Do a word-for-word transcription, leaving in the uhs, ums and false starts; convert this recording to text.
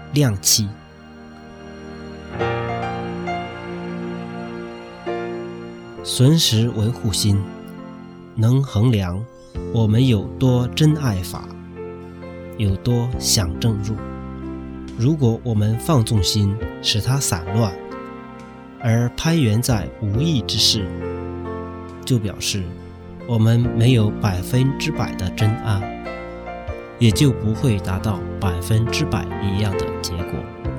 量器。损时维护心，能衡量我们有多珍爱法，有多想正入。如果我们放纵心，使它散乱，而攀缘在无益之事，就表示我们没有百分之百的真安，也就不会达到百分之百一样的结果。